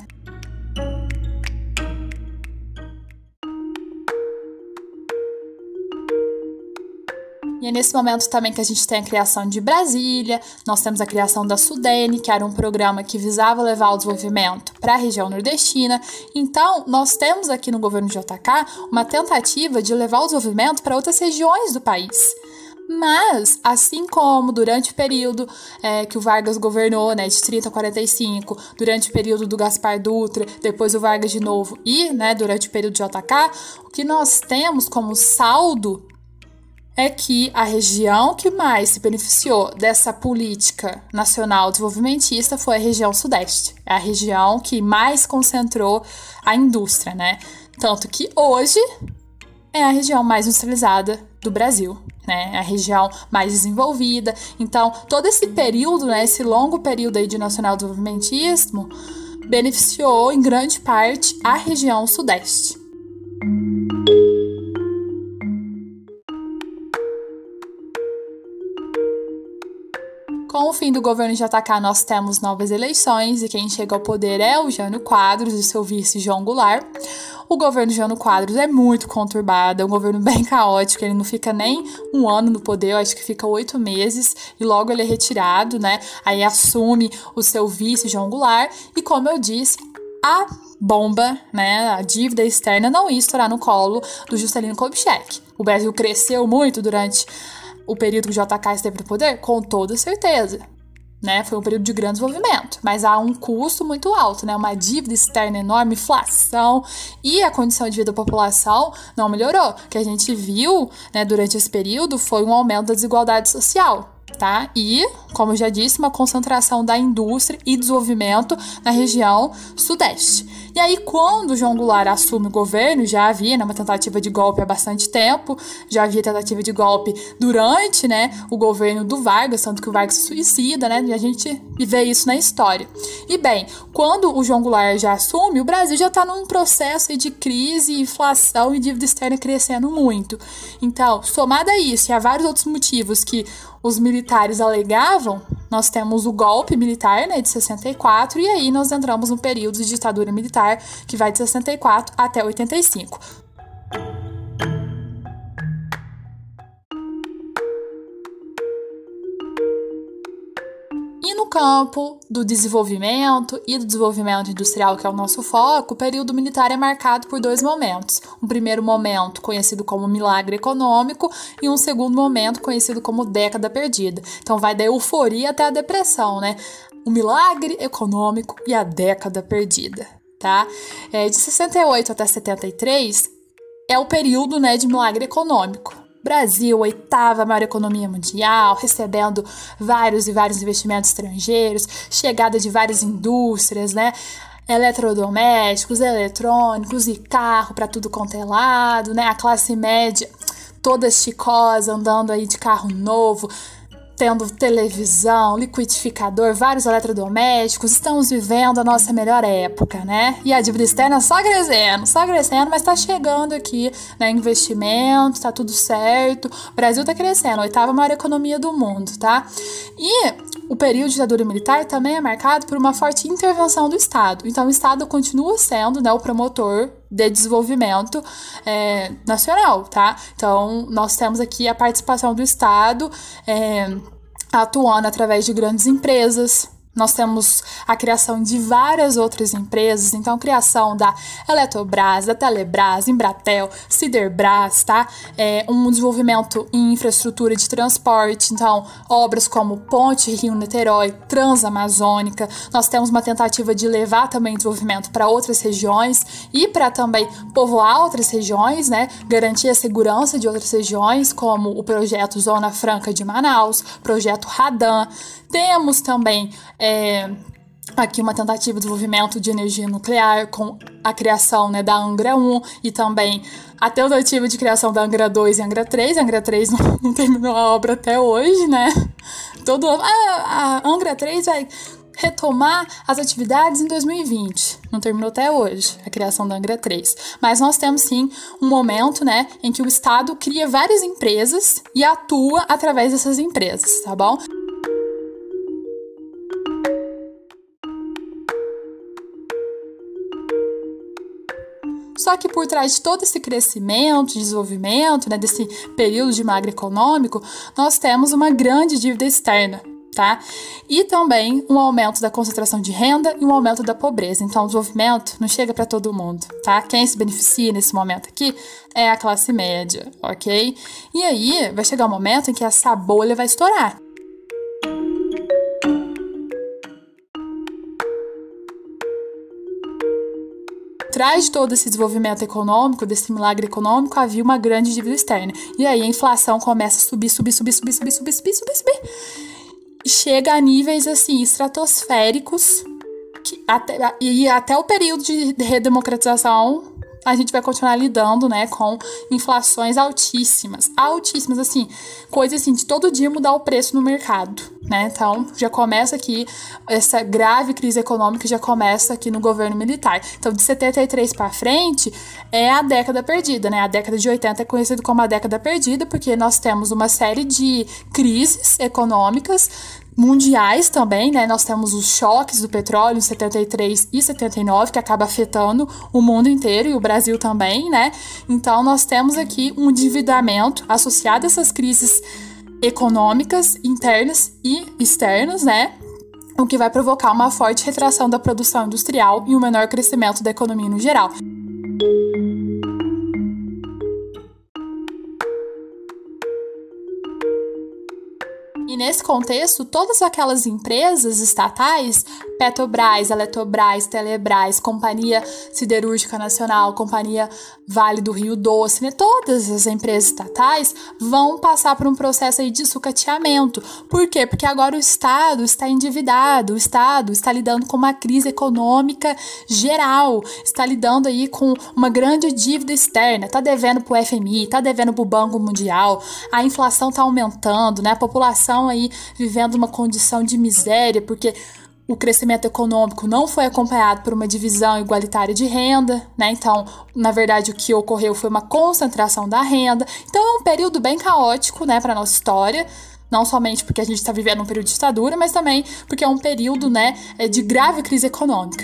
E é nesse momento também que a gente tem a criação de Brasília, nós temos a criação da Sudene, que era um programa que visava levar o desenvolvimento para a região nordestina. Então, nós temos aqui no governo J K uma tentativa de levar o desenvolvimento para outras regiões do país. Mas, assim como durante o período é, que o Vargas governou, né, de trinta a quarenta e cinco, durante o período do Gaspar Dutra, depois o Vargas de novo e, né, durante o período do J K, o que nós temos como saldo é que a região que mais se beneficiou dessa política nacional desenvolvimentista foi a região sudeste. É a região que mais concentrou a indústria, né? Tanto que hoje é a região mais industrializada do Brasil, né? É a região mais desenvolvida. Então, todo esse período, né, esse longo período aí de nacional desenvolvimentismo beneficiou, em grande parte, a região sudeste. Com o fim do governo J K, nós temos novas eleições e quem chega ao poder é o Jânio Quadros e seu vice João Goulart. O governo Jânio Quadros é muito conturbado, é um governo bem caótico, ele não fica nem um ano no poder, eu acho que fica oito meses e logo ele é retirado, né? Aí assume o seu vice João Goulart e, como eu disse, a bomba, né, a dívida externa não ia estourar no colo do Juscelino Kubitschek. O Brasil cresceu muito durante o período que o J K esteve no poder? Com toda certeza, né? Foi um período de grande desenvolvimento, mas há um custo muito alto, né? Uma dívida externa enorme, inflação e a condição de vida da população não melhorou. O que a gente viu, né, durante esse período foi um aumento da desigualdade social, tá? E, como eu já disse, uma concentração da indústria e desenvolvimento na região sudeste. E aí, quando o João Goulart assume o governo, já havia, né, uma tentativa de golpe há bastante tempo, já havia tentativa de golpe durante, né, o governo do Vargas, tanto que o Vargas se suicida, né, e a gente vê isso na história. E bem, quando o João Goulart já assume, o Brasil já está num processo de crise, inflação e dívida externa crescendo muito. Então, somado a isso e a vários outros motivos que os militares alegavam, nós temos o golpe militar, né, de sessenta e quatro, e aí nós entramos no período de ditadura militar, que vai de sessenta e quatro até oitenta e cinco. E no campo do desenvolvimento e do desenvolvimento industrial, que é o nosso foco, o período militar é marcado por dois momentos. Um primeiro momento, conhecido como milagre econômico, e um segundo momento, conhecido como década perdida. Então vai da euforia até a depressão, né? O milagre econômico e a década perdida, tá? É, de sessenta e oito até setenta e três é o período, né, de milagre econômico. Brasil, oitava maior economia mundial, recebendo vários e vários investimentos estrangeiros, chegada de várias indústrias, né? Eletrodomésticos, eletrônicos e carro para tudo quanto é lado, né? A classe média toda chicosa, andando aí de carro novo, tendo televisão, liquidificador, vários eletrodomésticos, estamos vivendo a nossa melhor época, né? E a dívida externa só crescendo, só crescendo, mas tá chegando aqui, né? Investimento, tá tudo certo. O Brasil tá crescendo, a oitava maior economia do mundo, tá? E o período de ditadura militar também é marcado por uma forte intervenção do Estado. Então, o Estado continua sendo, né, o promotor de desenvolvimento é, nacional, tá? Então, nós temos aqui a participação do Estado é, atuando através de grandes empresas. Nós temos a criação de várias outras empresas, então a criação da Eletrobras, da Telebrás, Embratel, Siderbras, tá? É, um desenvolvimento em infraestrutura de transporte, então obras como Ponte Rio-Niterói, Transamazônica. Nós temos uma tentativa de levar também desenvolvimento para outras regiões e para também povoar outras regiões, né? Garantir a segurança de outras regiões, como o projeto Zona Franca de Manaus, projeto Radan. Temos também é, aqui uma tentativa de desenvolvimento de energia nuclear com a criação, né, da Angra um e também a tentativa de criação da Angra dois e Angra três. A Angra três não, não terminou a obra até hoje, né? Todo, ah, a Angra três vai retomar as atividades em dois mil e vinte. Não terminou até hoje a criação da Angra três. Mas nós temos sim um momento, né, em que o Estado cria várias empresas e atua através dessas empresas, tá bom? Só que por trás de todo esse crescimento, desenvolvimento, né, desse período de macroeconômico, nós temos uma grande dívida externa, tá? E também um aumento da concentração de renda e um aumento da pobreza. Então, o desenvolvimento não chega para todo mundo, tá? Quem se beneficia nesse momento aqui é a classe média, ok? E aí, vai chegar um momento em que essa bolha vai estourar. Atrás de todo esse desenvolvimento econômico, desse milagre econômico, havia uma grande dívida externa. E aí a inflação começa a subir, subir, subir, subir, subir, subir, subir, subir, subir. E chega a níveis, assim, estratosféricos. Que até, e até o período de redemocratização, a gente vai continuar lidando, né, com inflações altíssimas. Altíssimas, assim, coisa assim, de todo dia mudar o preço no mercado, né? Então, já começa aqui, essa grave crise econômica já começa aqui no governo militar. Então, de setenta e três para frente, é a década perdida, né? A década de oitenta é conhecida como a década perdida, porque nós temos uma série de crises econômicas mundiais também, né? Nós temos os choques do petróleo em setenta e três e setenta e nove, que acaba afetando o mundo inteiro e o Brasil também, né? Então, nós temos aqui um endividamento associado a essas crises econômicas internas e externas, né? O que vai provocar uma forte retração da produção industrial e um menor crescimento da economia no geral. E nesse contexto, todas aquelas empresas estatais, Petrobras, Eletrobras, Telebrás, Companhia Siderúrgica Nacional, Companhia Vale do Rio Doce, né? Todas as empresas estatais vão passar por um processo aí de sucateamento. Por quê? Porque agora o Estado está endividado, o Estado está lidando com uma crise econômica geral, está lidando aí com uma grande dívida externa, está devendo para o F M I, está devendo para o Banco Mundial, a inflação está aumentando, né? A população aí vivendo uma condição de miséria, porque o crescimento econômico não foi acompanhado por uma divisão igualitária de renda, né? Então, na verdade, o que ocorreu foi uma concentração da renda. Então, é um período bem caótico, né, para a nossa história. Não somente porque a gente está vivendo um período de ditadura, mas também porque é um período, né, de grave crise econômica.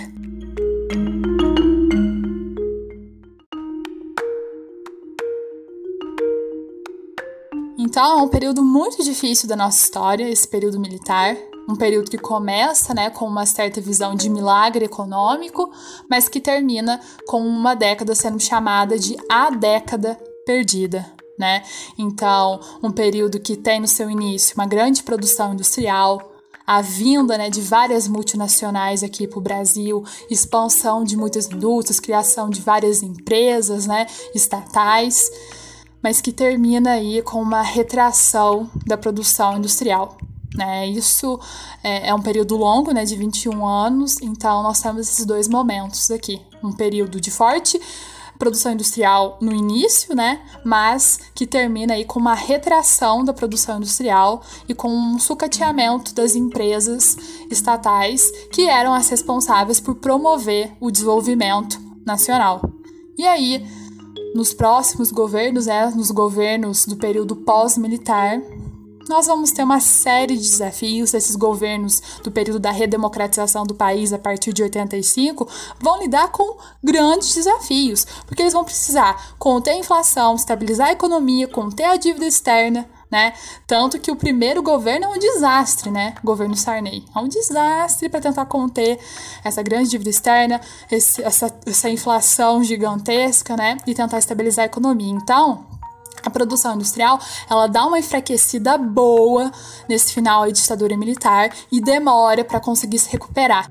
Então, é um período muito difícil da nossa história, esse período militar. Um período que começa, né, com uma certa visão de milagre econômico, mas que termina com uma década sendo chamada de a década perdida, né? Então, um período que tem no seu início uma grande produção industrial, a vinda, né, de várias multinacionais aqui para o Brasil, expansão de muitas indústrias, criação de várias empresas, né, estatais, mas que termina aí com uma retração da produção industrial. Né, isso é, é um período longo, né, de vinte e um anos, então nós temos esses dois momentos aqui, um período de forte produção industrial no início, né, mas que termina aí com uma retração da produção industrial e com um sucateamento das empresas estatais que eram as responsáveis por promover o desenvolvimento nacional. E aí, nos próximos governos, né, nos governos do período pós-militar, nós vamos ter uma série de desafios. Esses governos do período da redemocratização do país a partir de oitenta e cinco vão lidar com grandes desafios, porque eles vão precisar conter a inflação, estabilizar a economia, conter a dívida externa, né? Tanto que o primeiro governo é um desastre, né? O governo Sarney é um desastre para tentar conter essa grande dívida externa, esse, essa, essa inflação gigantesca, né? E tentar estabilizar a economia. Então, a produção industrial, ela dá uma enfraquecida boa nesse final aí de ditadura militar e demora para conseguir se recuperar.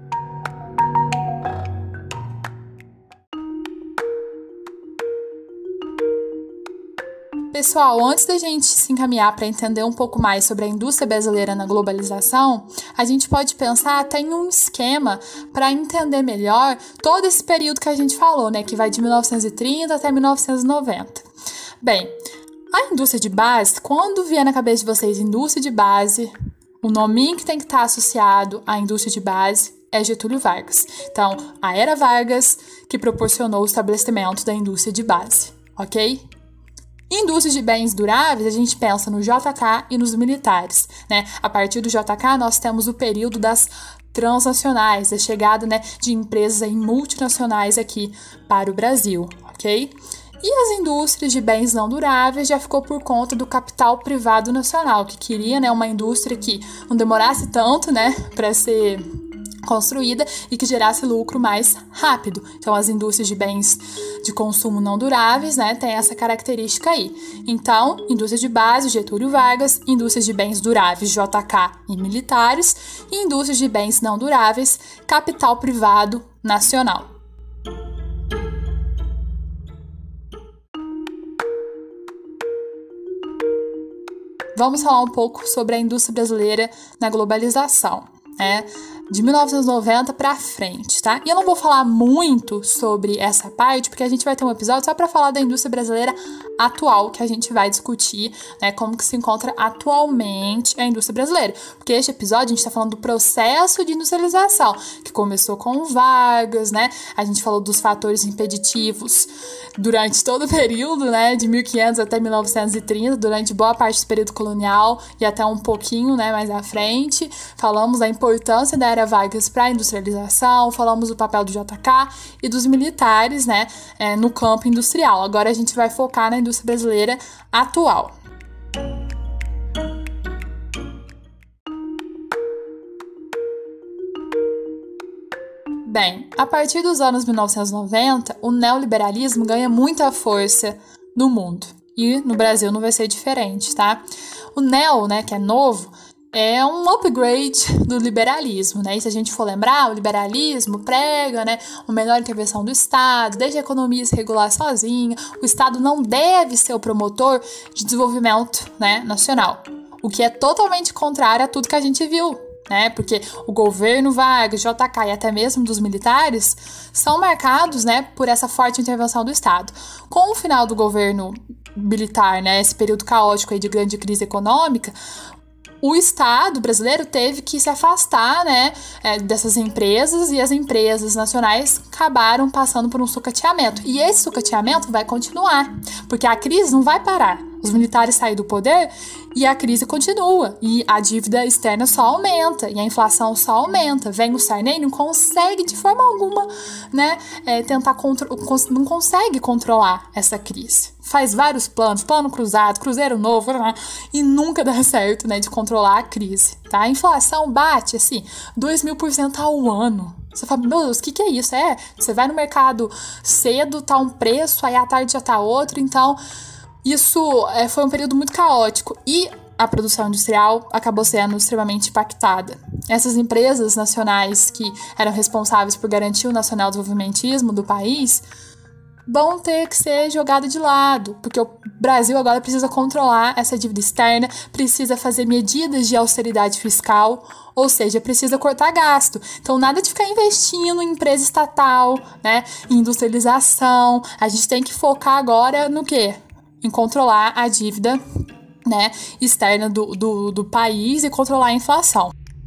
Pessoal, antes da gente se encaminhar para entender um pouco mais sobre a indústria brasileira na globalização, a gente pode pensar até em um esquema para entender melhor todo esse período que a gente falou, né, que vai de mil novecentos e trinta até mil novecentos e noventa. Bem, a indústria de base, quando vier na cabeça de vocês indústria de base, o nominho que tem que estar associado à indústria de base é Getúlio Vargas. Então, a Era Vargas que proporcionou o estabelecimento da indústria de base, ok? Indústria de bens duráveis, a gente pensa no J K e nos militares, né? A partir do J K, nós temos o período das transnacionais, a chegada, né, de empresas aí multinacionais aqui para o Brasil, ok? E as indústrias de bens não duráveis já ficou por conta do capital privado nacional, que queria, né, uma indústria que não demorasse tanto, né, para ser construída e que gerasse lucro mais rápido. Então, as indústrias de bens de consumo não duráveis, né, tem essa característica aí. Então, indústria de base, Getúlio Vargas, indústrias de bens duráveis, J K e militares, e indústrias de bens não duráveis, capital privado nacional. Vamos falar um pouco sobre a indústria brasileira na globalização, né? De mil novecentos e noventa para frente, tá? E eu não vou falar muito sobre essa parte, porque a gente vai ter um episódio só para falar da indústria brasileira atual, que a gente vai discutir, né, como que se encontra atualmente a indústria brasileira. Porque este episódio a gente está falando do processo de industrialização, que começou com Vargas, né? A gente falou dos fatores impeditivos durante todo o período, né, de mil e quinhentos até mil novecentos e trinta, durante boa parte do período colonial e até um pouquinho, né, mais à frente. Falamos da importância da Era Vargas para a industrialização, falamos do papel do J K e dos militares, né, é, no campo industrial. Agora a gente vai focar na indústria brasileira atual. Bem, a partir dos anos mil novecentos e noventa, o neoliberalismo ganha muita força no mundo. E no Brasil não vai ser diferente, tá? O neo, né, que é novo, é um upgrade do liberalismo, né? E se a gente for lembrar, o liberalismo prega, né, uma menor intervenção do Estado, deixa a economia se regular sozinha, o Estado não deve ser o promotor de desenvolvimento, né, nacional, o que é totalmente contrário a tudo que a gente viu, né? Porque o governo Vargas, J K e até mesmo dos militares são marcados, né, por essa forte intervenção do Estado. Com o final do governo militar, né, esse período caótico aí de grande crise econômica, o Estado brasileiro teve que se afastar, né, dessas empresas, e as empresas nacionais acabaram passando por um sucateamento. E esse sucateamento vai continuar, porque a crise não vai parar. Os militares saem do poder e a crise continua. E a dívida externa só aumenta, e a inflação só aumenta. Vem o Sarney, não consegue de forma alguma, né, é, tentar contro- não consegue controlar essa crise. Faz vários planos, plano cruzado, cruzeiro novo, e nunca dá certo, né, de controlar a crise, tá? A inflação bate, assim, dois mil por cento ao ano. Você fala, meu Deus, o que que é isso? É, você vai no mercado cedo, tá um preço, aí à tarde já tá outro. Então, isso é, foi um período muito caótico. E a produção industrial acabou sendo extremamente impactada. Essas empresas nacionais que eram responsáveis por garantir o nacional desenvolvimentismo do país vão ter que ser jogadas de lado, porque o Brasil agora precisa controlar essa dívida externa, precisa fazer medidas de austeridade fiscal, Ou seja, precisa cortar gasto. Então, nada de ficar investindo em empresa estatal, né? Em industrialização. A gente tem que focar agora no quê? Em controlar a dívida, né, externa do, do, do país e controlar a inflação.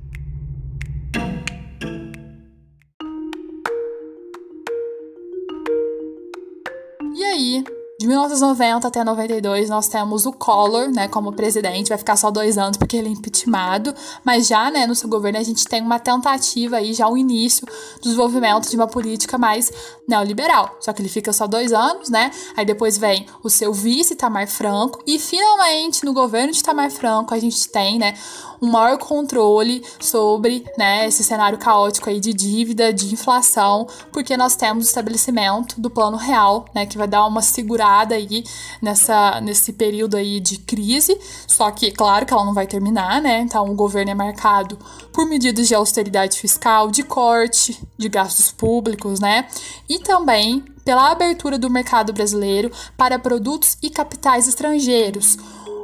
E aí, de mil novecentos e noventa até noventa e dois, nós temos o Collor, né, como presidente. Vai ficar só dois anos porque ele é impeachmentado. Mas já, né, no seu governo, a gente tem uma tentativa aí, já o início do desenvolvimento de uma política mais neoliberal. Só que ele fica só dois anos, né? Aí depois vem o seu vice, Itamar Franco. E, finalmente, no governo de Itamar Franco, a gente tem, né, um maior controle sobre, né, esse cenário caótico aí de dívida, de inflação, porque nós temos o estabelecimento do Plano Real, né, que vai dar uma segurada aí nessa, nesse período aí de crise, só que, claro que ela não vai terminar, né, então o governo é marcado por medidas de austeridade fiscal, de corte de gastos públicos, né, e também pela abertura do mercado brasileiro para produtos e capitais estrangeiros,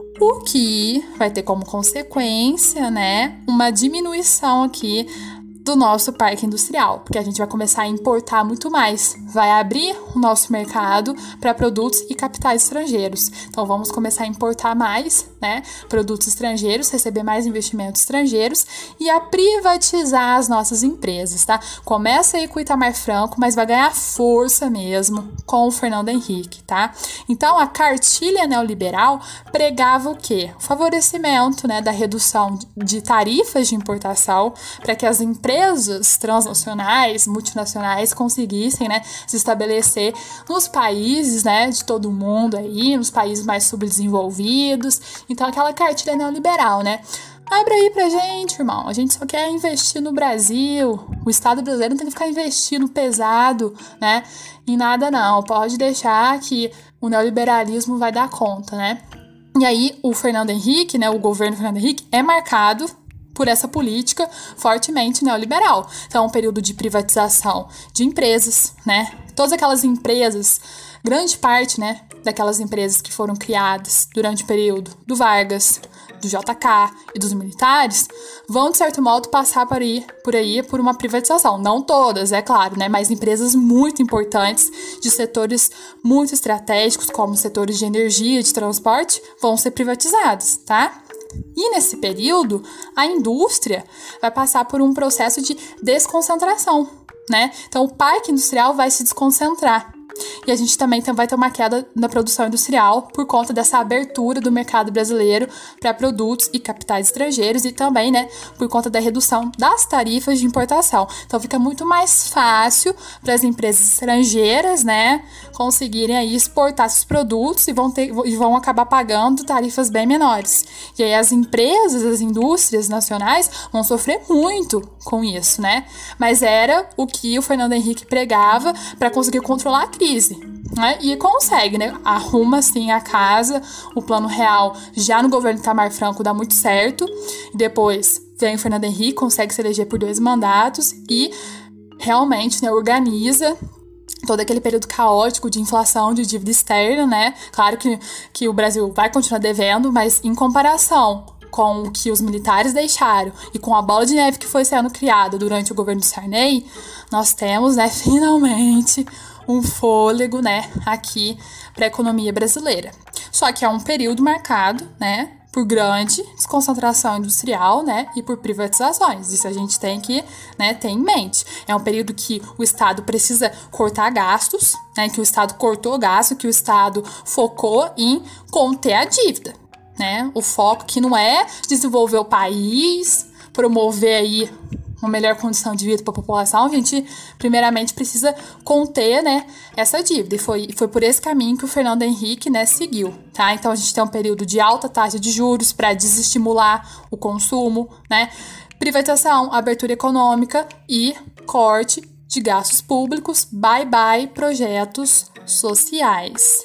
o que vai ter como consequência, né, uma diminuição aqui do nosso parque industrial, porque a gente vai começar a importar muito mais, vai abrir o nosso mercado para produtos e capitais estrangeiros. Então vamos começar a importar mais, né, produtos estrangeiros, receber mais investimentos estrangeiros e a privatizar as nossas empresas, tá? Começa aí com o Itamar Franco, mas vai ganhar força mesmo com o Fernando Henrique, tá? Então a cartilha neoliberal pregava o quê? O favorecimento, né, da redução de tarifas de importação para que as empresas empresas transnacionais, multinacionais conseguissem, né, se estabelecer nos países, né, de todo mundo aí, nos países mais subdesenvolvidos. Então, aquela cartilha neoliberal, né? Abre aí pra gente, irmão. A gente só quer investir no Brasil. O Estado brasileiro não tem que ficar investindo pesado, né, em nada não. Pode deixar que o neoliberalismo vai dar conta, né? E aí, o Fernando Henrique, né, o governo Fernando Henrique é marcado por essa política fortemente neoliberal. Então, é um período de privatização de empresas, né? Todas aquelas empresas, grande parte, né, daquelas empresas que foram criadas durante o período do Vargas, do J K e dos militares, vão, de certo modo, passar por aí, por aí por uma privatização. Não todas, é claro, né, mas empresas muito importantes de setores muito estratégicos, como setores de energia e de transporte, vão ser privatizados, tá? E nesse período, a indústria vai passar por um processo de desconcentração, né? Então, o parque industrial vai se desconcentrar. E a gente também vai ter uma queda na produção industrial por conta dessa abertura do mercado brasileiro para produtos e capitais estrangeiros e também, né, por conta da redução das tarifas de importação. Então fica muito mais fácil para as empresas estrangeiras, né, conseguirem aí exportar seus produtos e vão, ter, e vão acabar pagando tarifas bem menores. E aí as empresas, as indústrias nacionais vão sofrer muito com isso, né? Mas era o que o Fernando Henrique pregava para conseguir controlar a crise, né? E consegue, né? Arruma, assim, a casa, o Plano Real já no governo de Itamar Franco dá muito certo. Depois vem o Fernando Henrique, consegue se eleger por dois mandatos e realmente, né, organiza todo aquele período caótico de inflação, de dívida externa, né? Claro que, que o Brasil vai continuar devendo, mas em comparação com o que os militares deixaram e com a bola de neve que foi sendo criada durante o governo de Sarney, nós temos, né, finalmente um fôlego, né, aqui para a economia brasileira. Só que é um período marcado, né, por grande desconcentração industrial, né, e por privatizações. Isso a gente tem que, né, ter em mente. É um período que o Estado precisa cortar gastos, né, que o Estado cortou gasto, que o Estado focou em conter a dívida, né? O foco que não é desenvolver o país, promover aí uma melhor condição de vida para a população, a gente primeiramente precisa conter, né, essa dívida. E foi, foi por esse caminho que o Fernando Henrique, né, seguiu, tá? Então a gente tem um período de alta taxa de juros para desestimular o consumo, né? Privatização, abertura econômica e corte de gastos públicos, bye bye projetos sociais.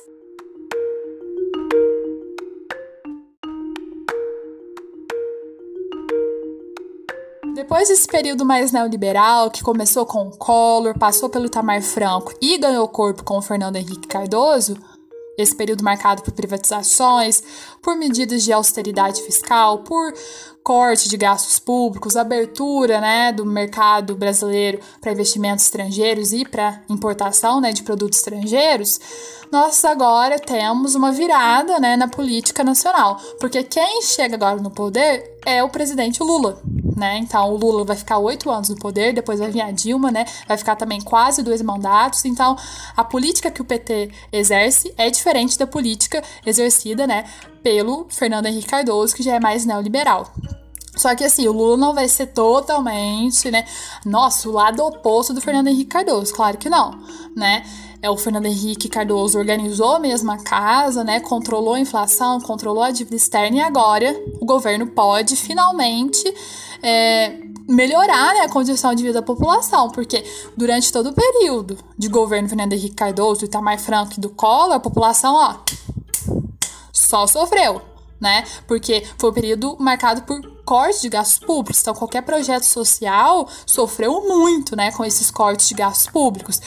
Depois desse período mais neoliberal, que começou com o Collor, passou pelo Itamar Franco e ganhou corpo com o Fernando Henrique Cardoso, esse período marcado por privatizações, por medidas de austeridade fiscal, por corte de gastos públicos, abertura, né, do mercado brasileiro para investimentos estrangeiros e para importação, né, de produtos estrangeiros, nós agora temos uma virada, né, na política nacional, porque quem chega agora no poder é o presidente Lula, né? Então o Lula vai ficar oito anos no poder, depois vai vir a Dilma, né? Vai ficar também quase dois mandatos. Então a política que o P T exerce é diferente da política exercida, né, pelo Fernando Henrique Cardoso, que já é mais neoliberal. Só que assim, o Lula não vai ser totalmente, né, nossa, o lado oposto do Fernando Henrique Cardoso, claro que não, né? É, o Fernando Henrique Cardoso organizou mesmo a casa, né, controlou a inflação, controlou a dívida externa, e agora o governo pode finalmente é, melhorar, né, a condição de vida da população, porque durante todo o período de governo Fernando Henrique Cardoso, do Itamar Franco e do Collor, a população, ó, só sofreu, né, porque foi um período marcado por cortes de gastos públicos, então qualquer projeto social sofreu muito, né, com esses cortes de gastos públicos.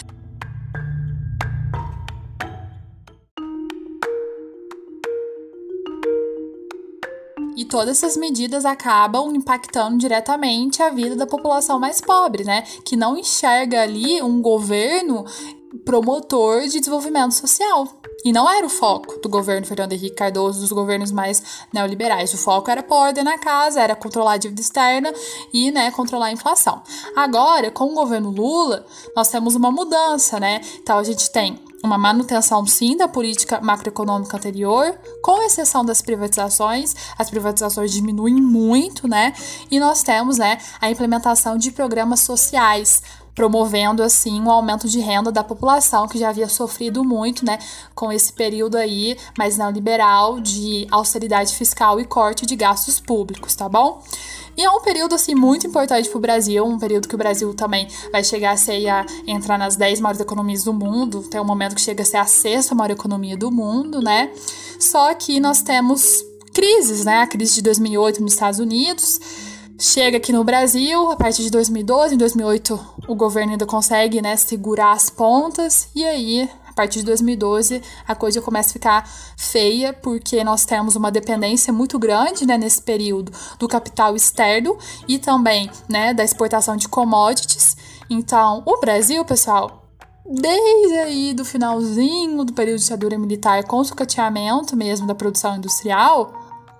E todas essas medidas acabam impactando diretamente a vida da população mais pobre, né? Que não enxerga ali um governo promotor de desenvolvimento social. E não era o foco do governo Fernando Henrique Cardoso, dos governos mais neoliberais. O foco era pôr ordem na casa, era controlar a dívida externa e, né, controlar a inflação. Agora, com o governo Lula, nós temos uma mudança, né? Então, a gente tem uma manutenção, sim, da política macroeconômica anterior, com exceção das privatizações. As privatizações diminuem muito, né? E nós temos, né, a implementação de programas sociais, promovendo, assim, um aumento de renda da população, que já havia sofrido muito, né, com esse período aí mais neoliberal de austeridade fiscal e corte de gastos públicos, tá bom? E é um período, assim, muito importante para o Brasil, um período que o Brasil também vai chegar a, ser, a entrar nas dez maiores economias do mundo, tem um momento que chega a ser a sexta maior economia do mundo, né? Só que nós temos crises, né? A crise de dois mil e oito nos Estados Unidos, chega aqui no Brasil a partir de dois mil e doze, em dois mil e oito o governo ainda consegue, né, segurar as pontas, e aí a partir de dois mil e doze a coisa começa a ficar feia, porque nós temos uma dependência muito grande, né, nesse período do capital externo e também, né, da exportação de commodities. Então o Brasil, pessoal, desde aí do finalzinho do período de ditadura militar, com o sucateamento mesmo da produção industrial,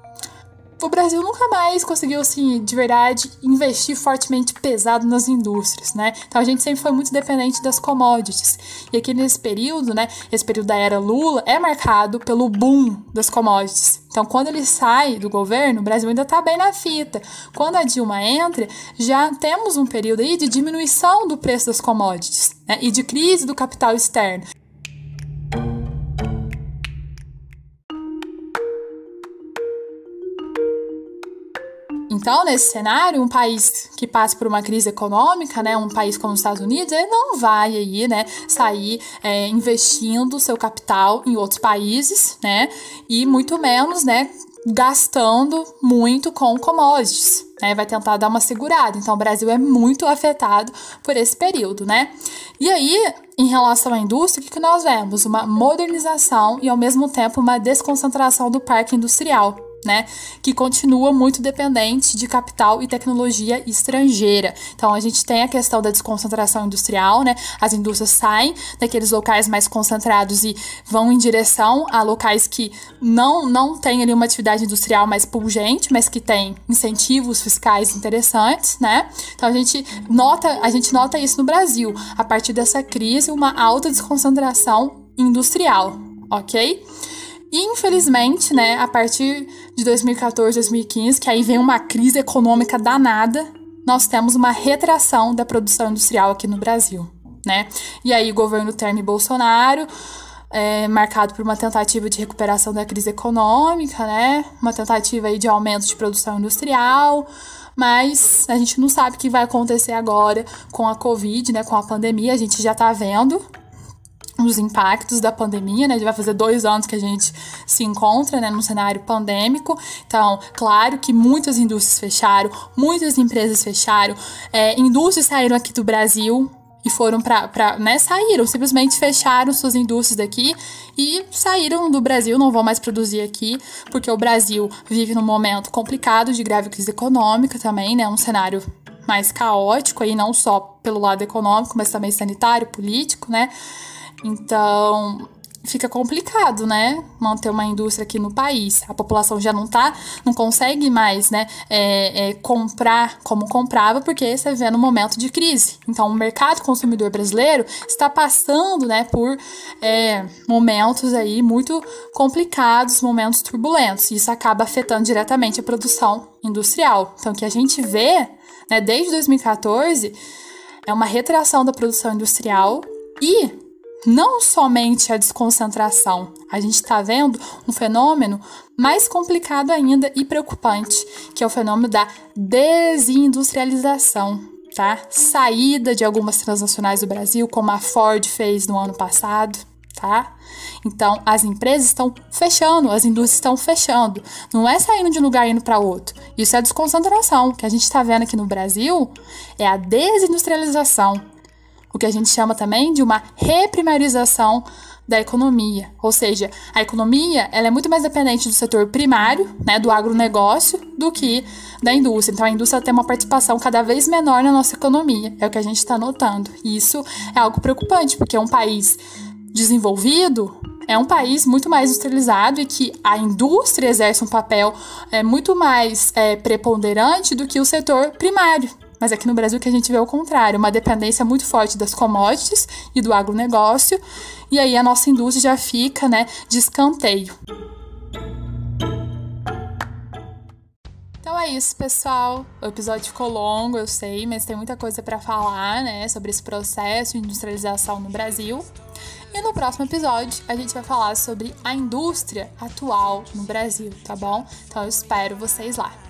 o Brasil nunca mais conseguiu, assim, de verdade, investir fortemente pesado nas indústrias, né? Então a gente sempre foi muito dependente das commodities. E aqui nesse período, né, esse período da era Lula, é marcado pelo boom das commodities. Então quando ele sai do governo, o Brasil ainda tá bem na fita. Quando a Dilma entra, já temos um período aí de diminuição do preço das commodities, né, e de crise do capital externo. Então, nesse cenário, um país que passa por uma crise econômica, né, um país como os Estados Unidos, ele não vai aí, né, sair é, investindo seu capital em outros países, né, e muito menos, né, gastando muito com commodities, né, vai tentar dar uma segurada. Então, o Brasil é muito afetado por esse período, né. E aí, em relação à indústria, o que, que nós vemos? Uma modernização e, ao mesmo tempo, uma desconcentração do parque industrial, né, que continua muito dependente de capital e tecnologia estrangeira. Então a gente tem a questão da desconcentração industrial, né, as indústrias saem daqueles locais mais concentrados e vão em direção a locais que não, não têm ali uma atividade industrial mais pungente, mas que tem incentivos fiscais interessantes, né. Então a gente nota, a gente nota isso no Brasil, a partir dessa crise, uma alta desconcentração industrial, ok? E, infelizmente, né, a partir de dois mil e catorze, dois mil e quinze, que aí vem uma crise econômica danada, nós temos uma retração da produção industrial aqui no Brasil, né? E aí o governo Temer e Bolsonaro, é, marcado por uma tentativa de recuperação da crise econômica, né? Uma tentativa aí de aumento de produção industrial, mas a gente não sabe o que vai acontecer agora com a Covid, né, com a pandemia. A gente já tá vendo os impactos da pandemia, né? Vai fazer dois anos que a gente se encontra, né, num cenário pandêmico. Então, claro que muitas indústrias fecharam, muitas empresas fecharam, é, indústrias saíram aqui do Brasil, e foram para, né, saíram, simplesmente fecharam suas indústrias daqui e saíram do Brasil, não vão mais produzir aqui, porque o Brasil vive num momento complicado de grave crise econômica também, né, um cenário mais caótico aí, não só pelo lado econômico, mas também sanitário, político, né, então fica complicado, né, manter uma indústria aqui no país. A população já não tá, não consegue mais, né, é, é, comprar como comprava, porque está vivendo um momento de crise. Então, o mercado consumidor brasileiro está passando, né, por é, momentos aí muito complicados, momentos turbulentos. E isso acaba afetando diretamente a produção industrial. Então, o que a gente vê, né, desde dois mil e quatorze, é uma retração da produção industrial e não somente a desconcentração, a gente está vendo um fenômeno mais complicado ainda e preocupante, que é o fenômeno da desindustrialização, tá? Saída de algumas transnacionais do Brasil, como a Ford fez no ano passado, tá? Então, as empresas estão fechando, as indústrias estão fechando. Não é saindo de um lugar e indo para outro. Isso é a desconcentração. O que a gente está vendo aqui no Brasil é a desindustrialização. O que a gente chama também de uma reprimarização da economia. Ou seja, a economia ela é muito mais dependente do setor primário, né, do agronegócio, do que da indústria. Então, a indústria tem uma participação cada vez menor na nossa economia. É o que a gente está notando. E isso é algo preocupante, porque um país desenvolvido é um país muito mais industrializado e que a indústria exerce um papel é, muito mais é, preponderante do que o setor primário. Mas aqui no Brasil que a gente vê o contrário, uma dependência muito forte das commodities e do agronegócio, e aí a nossa indústria já fica, né, de escanteio. Então é isso, pessoal. O episódio ficou longo, eu sei, mas tem muita coisa para falar, né, sobre esse processo de industrialização no Brasil. E no próximo episódio a gente vai falar sobre a indústria atual no Brasil, tá bom? Então eu espero vocês lá.